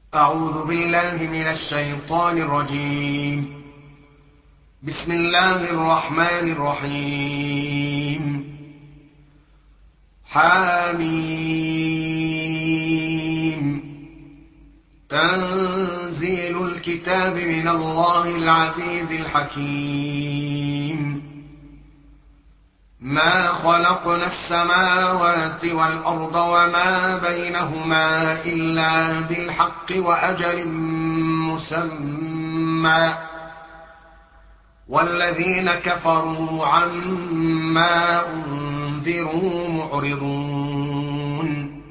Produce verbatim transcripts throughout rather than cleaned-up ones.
أعوذ بالله من الشيطان الرجيم. بسم الله الرحمن الرحيم. حميم. تنزيل الكتاب من الله العزيز الحكيم. ما خلقنا السماوات والأرض وما بينهما إلا بالحق وأجل مسمى، والذين كفروا عما أنذروا معرضون.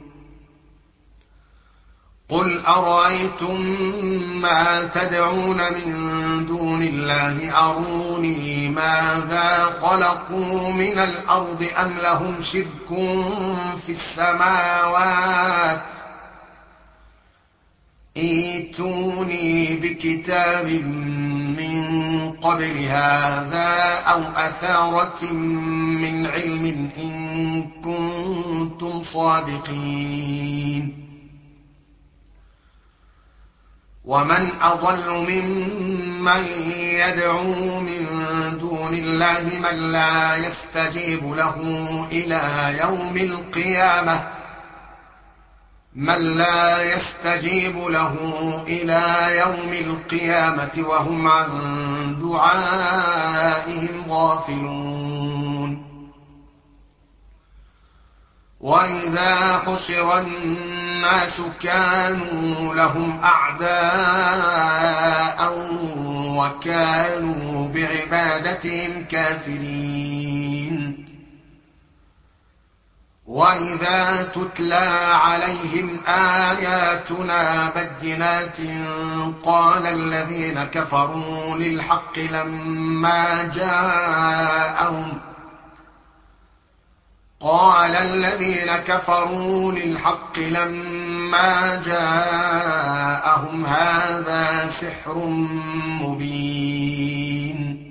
قل أرأيتم ما تدعون من دون الله أروني ماذا خلقوا من الأرض أم لهم شرك في السماوات، ائتوني بكتاب من قبل هذا أو أثارة من علم إن كنتم صادقين. ومن أضل ممن يدعو من دون الله من لا يستجيب له إلى يوم القيامة من لا يستجيب له إلى يوم القيامة وهم عن دعائهم غافلون. وإذا حشر الناس كانوا لهم أعداء وكانوا بعبادتهم كافرين. وإذا تتلى عليهم آياتنا بينات قال الذين كفروا للحق لما جاءهم قال الذين كفروا للحق لما جاءهم هذا سحر مبين.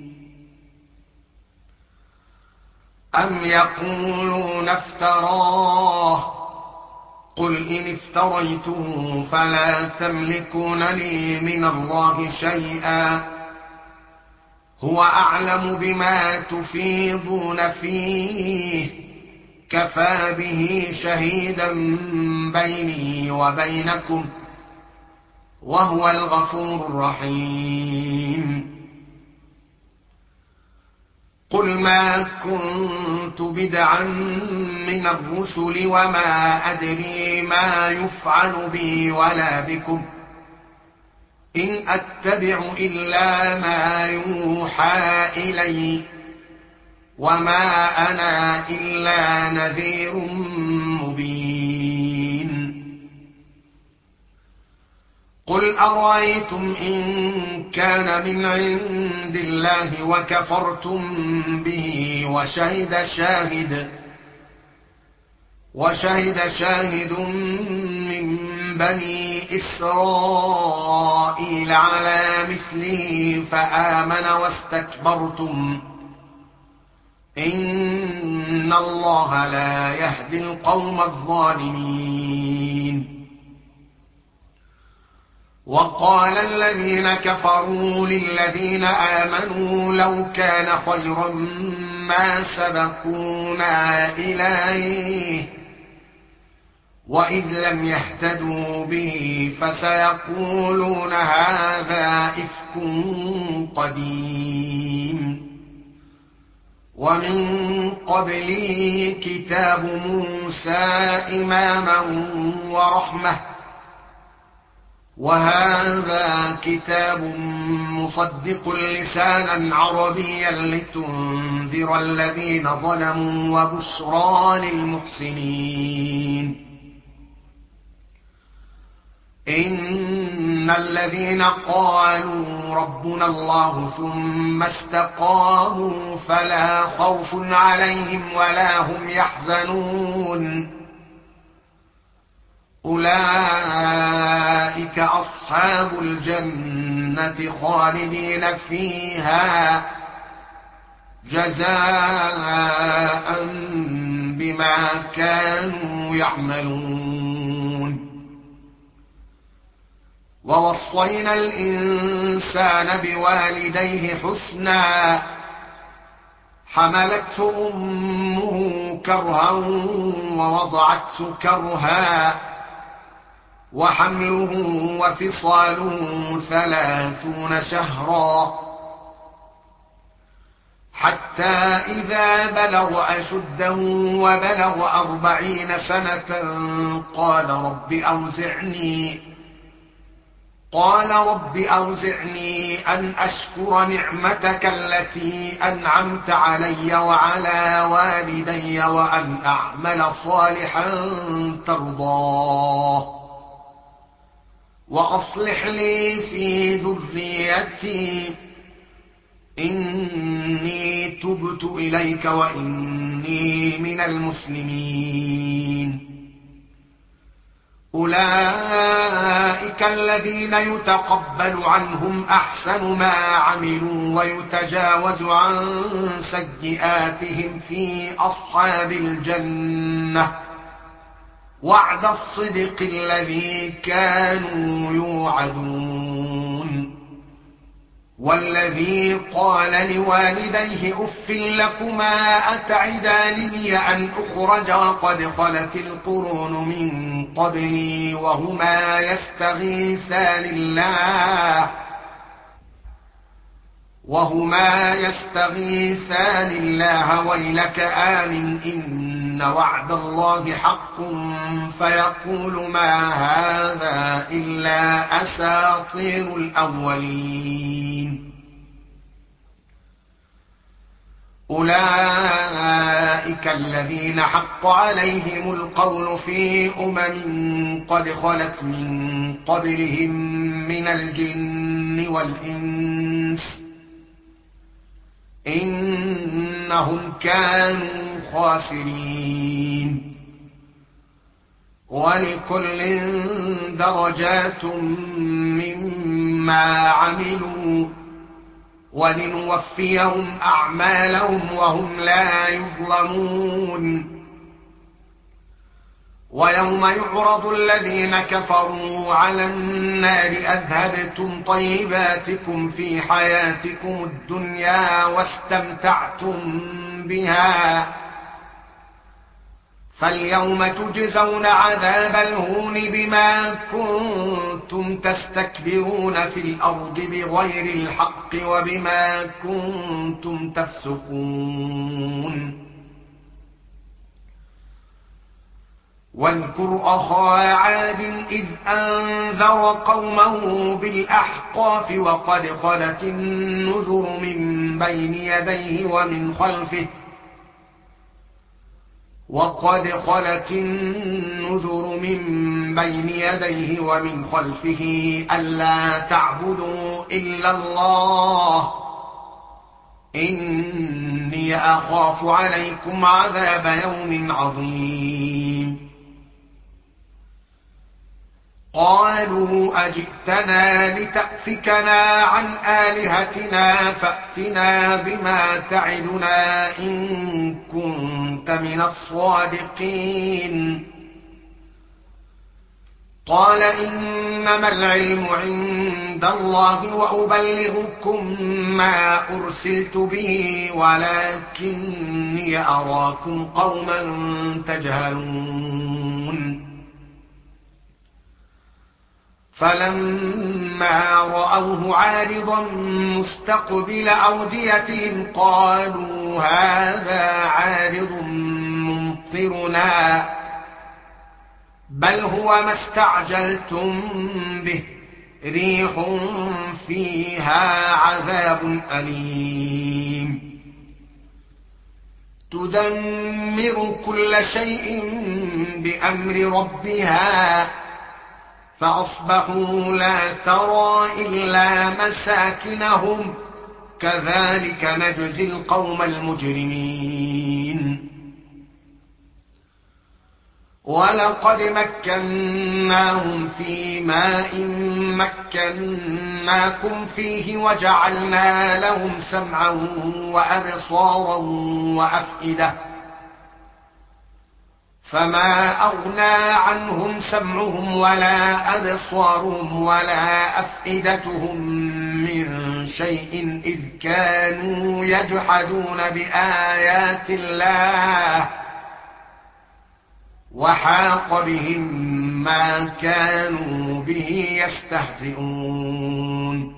أم يقولون افتراه قل إن افتريته فلا تملكون لي من الله شيئا هو أعلم بما تفيضون فيه كفى به شهيدا بيني وبينكم وهو الغفور الرحيم. قل ما كنت بدعا من الرسل وما أدري ما يفعل بي ولا بكم إن أتبع إلا ما يوحى إلي وما أنا إلا نذير مبين. قل أرأيتم إن كان من عند الله وكفرتم به وشهد شاهد وشهد شاهد من بني إسرائيل على مثله فآمن واستكبرتم إن الله لا يهدي القوم الظالمين. وقال الذين كفروا للذين آمنوا لو كان خيرا ما سبقونا إليه وإذ لم يهتدوا به فسيقولون هذا إفك قديم. ومن قبله كتاب موسى إماما ورحمة وهذا كتاب مصدق لسانا عربيا لتنذر الذين ظلموا وبشرى للمحسنين. إن الذين قالوا ربنا الله ثم استقاموا فلا خوف عليهم ولا هم يحزنون أولئك أصحاب الجنة خالدين فيها جزاء بما كانوا يعملون. ووصينا الإنسان بوالديه حسنا حملته أمه كرها ووضعته كرها وحمله وفصاله ثلاثون شهرا حتى إذا بلغ أشده وبلغ أربعين سنة قال رب أوزعني قال رب أوزعني أن أشكر نعمتك التي أنعمت علي وعلى والدي وأن أعمل صالحا ترضاه وأصلح لي في ذريتي إني تبت إليك وإني من المسلمين. أولئك الذين يتقبل عنهم أحسن ما عملوا ويتجاوز عن سيئاتهم في أصحاب الجنة وعد الصدق الذي كانوا يوعدون. والذي قال لوالديه أف لكما أتعدانني أن أخرج وقد خلت القرون من قبلي وهما يستغيثان الله وهما يستغيثان الله ويلك آمن إن وعد الله حق فيقول ما هذا إلا أساطير الأولين. أولئك الذين حق عليهم القول في أمم قد خلت من قبلهم من الجن والإنس إنهم كانوا خاسرين. ولكل درجات مما عملوا ولنوفيهم أعمالهم وهم لا يظلمون. ويوم يعرض الذين كفروا على النار أذهبتم طيباتكم في حياتكم الدنيا واستمتعتم بها فاليوم تجزون عذاب الهون بما كنتم تستكبرون في الأرض بغير الحق وبما كنتم تفسقون. واذكر أخا عاد إذ أنذر قومه بالأحقاف وقد خلت النذر من بين يديه ومن خلفه وقد خلت النذر من بين يديه ومن خلفه ألا تعبدوا إلا الله إني أخاف عليكم عذاب يوم عظيم. قالوا أجئتنا لتأفكنا عن آلهتنا فأتنا بما تعدنا إن كنت من الصادقين. قال إنما العلم عند الله وأبلغكم ما أرسلت به ولكني أراكم قوما تجهلون. فلما رأوه عارضا مستقبل أوديتهم قالوا هذا عارض ممطرنا بل هو ما استعجلتم به ريح فيها عذاب أليم تدمر كل شيء بأمر ربها فأصبحوا لا ترى إلا مساكنهم كذلك نجزي القوم المجرمين. ولقد مكناهم في ماء مكناكم فيه وجعلنا لهم سمعا وأبصارا وأفئدة فما أغنى عنهم سمعهم ولا أبصارهم ولا أفئدتهم من شيء إذ كانوا يجحدون بآيات الله وحاق بهم ما كانوا به يستهزئون.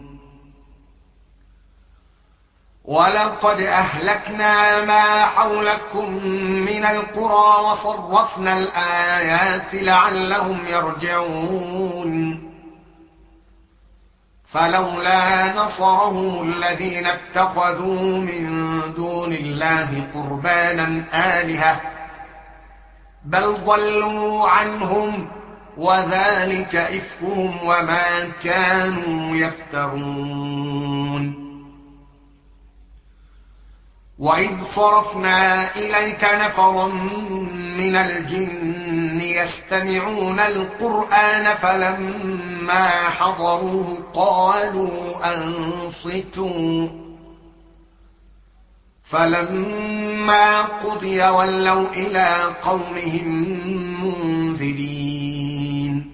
ولقد أهلكنا ما حولكم من القرى وصرفنا الآيات لعلهم يرجعون. فلولا نصرهم الذين اتخذوا من دون الله قربانا آلهة بل ضلوا عنهم وذلك إفكهم وما كانوا يفترون. وإذ صرفنا إليك نفرا من الجن يستمعون القرآن فلما حضروه قالوا أنصتوا فلما قضي ولوا إلى قومهم منذرين.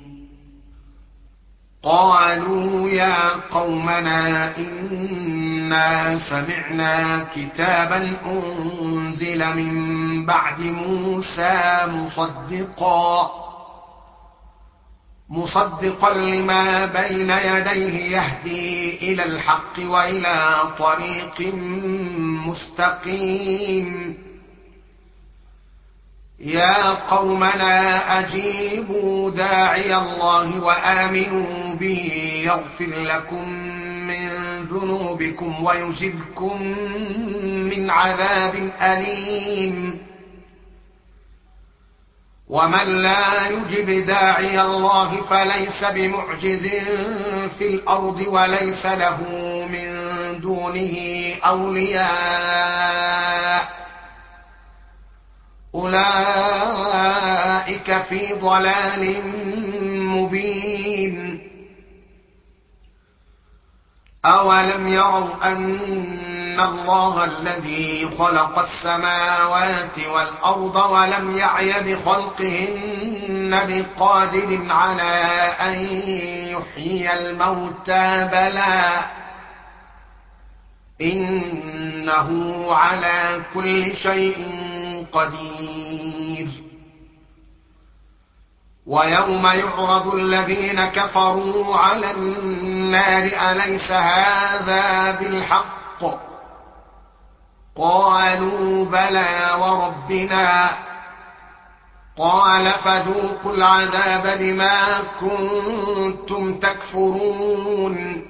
قالوا يا قومنا إنا سمعنا كتابا أنزل من بعد موسى مصدقا مصدقا لما بين يديه يهدي إلى الحق وإلى طريق مستقيم. يا قومنا أجيبوا داعي الله وآمنوا به يغفر لكم من ذنوبكم ويجركم من عذاب أليم. ومن لا يجب داعي الله فليس بمعجز في الأرض وليس له من دونه أولياء أولئك في ضلال مبين. أولم يروا أن الله الذي خلق السماوات والأرض ولم يعي بخلقهن بقادر على أن يحيي الموتى بلى إنه على كل شيء قدير. ويوم يعرض الذين كفروا على النار أليس هذا بالحق قالوا بلى وربنا قال فذوقوا العذاب بما كنتم تكفرون.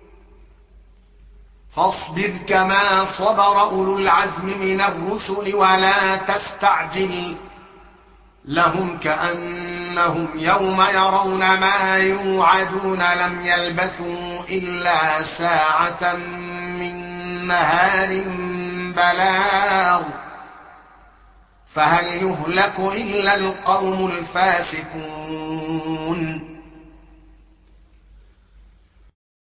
فاصبر كما صبر أولو العزم من الرسل ولا تستعجل لهم كأنهم يوم يرون ما يوعدون لم يلبثوا إلا ساعة من نهار بلاغ فهل يهلك إلا القوم الفاسقون.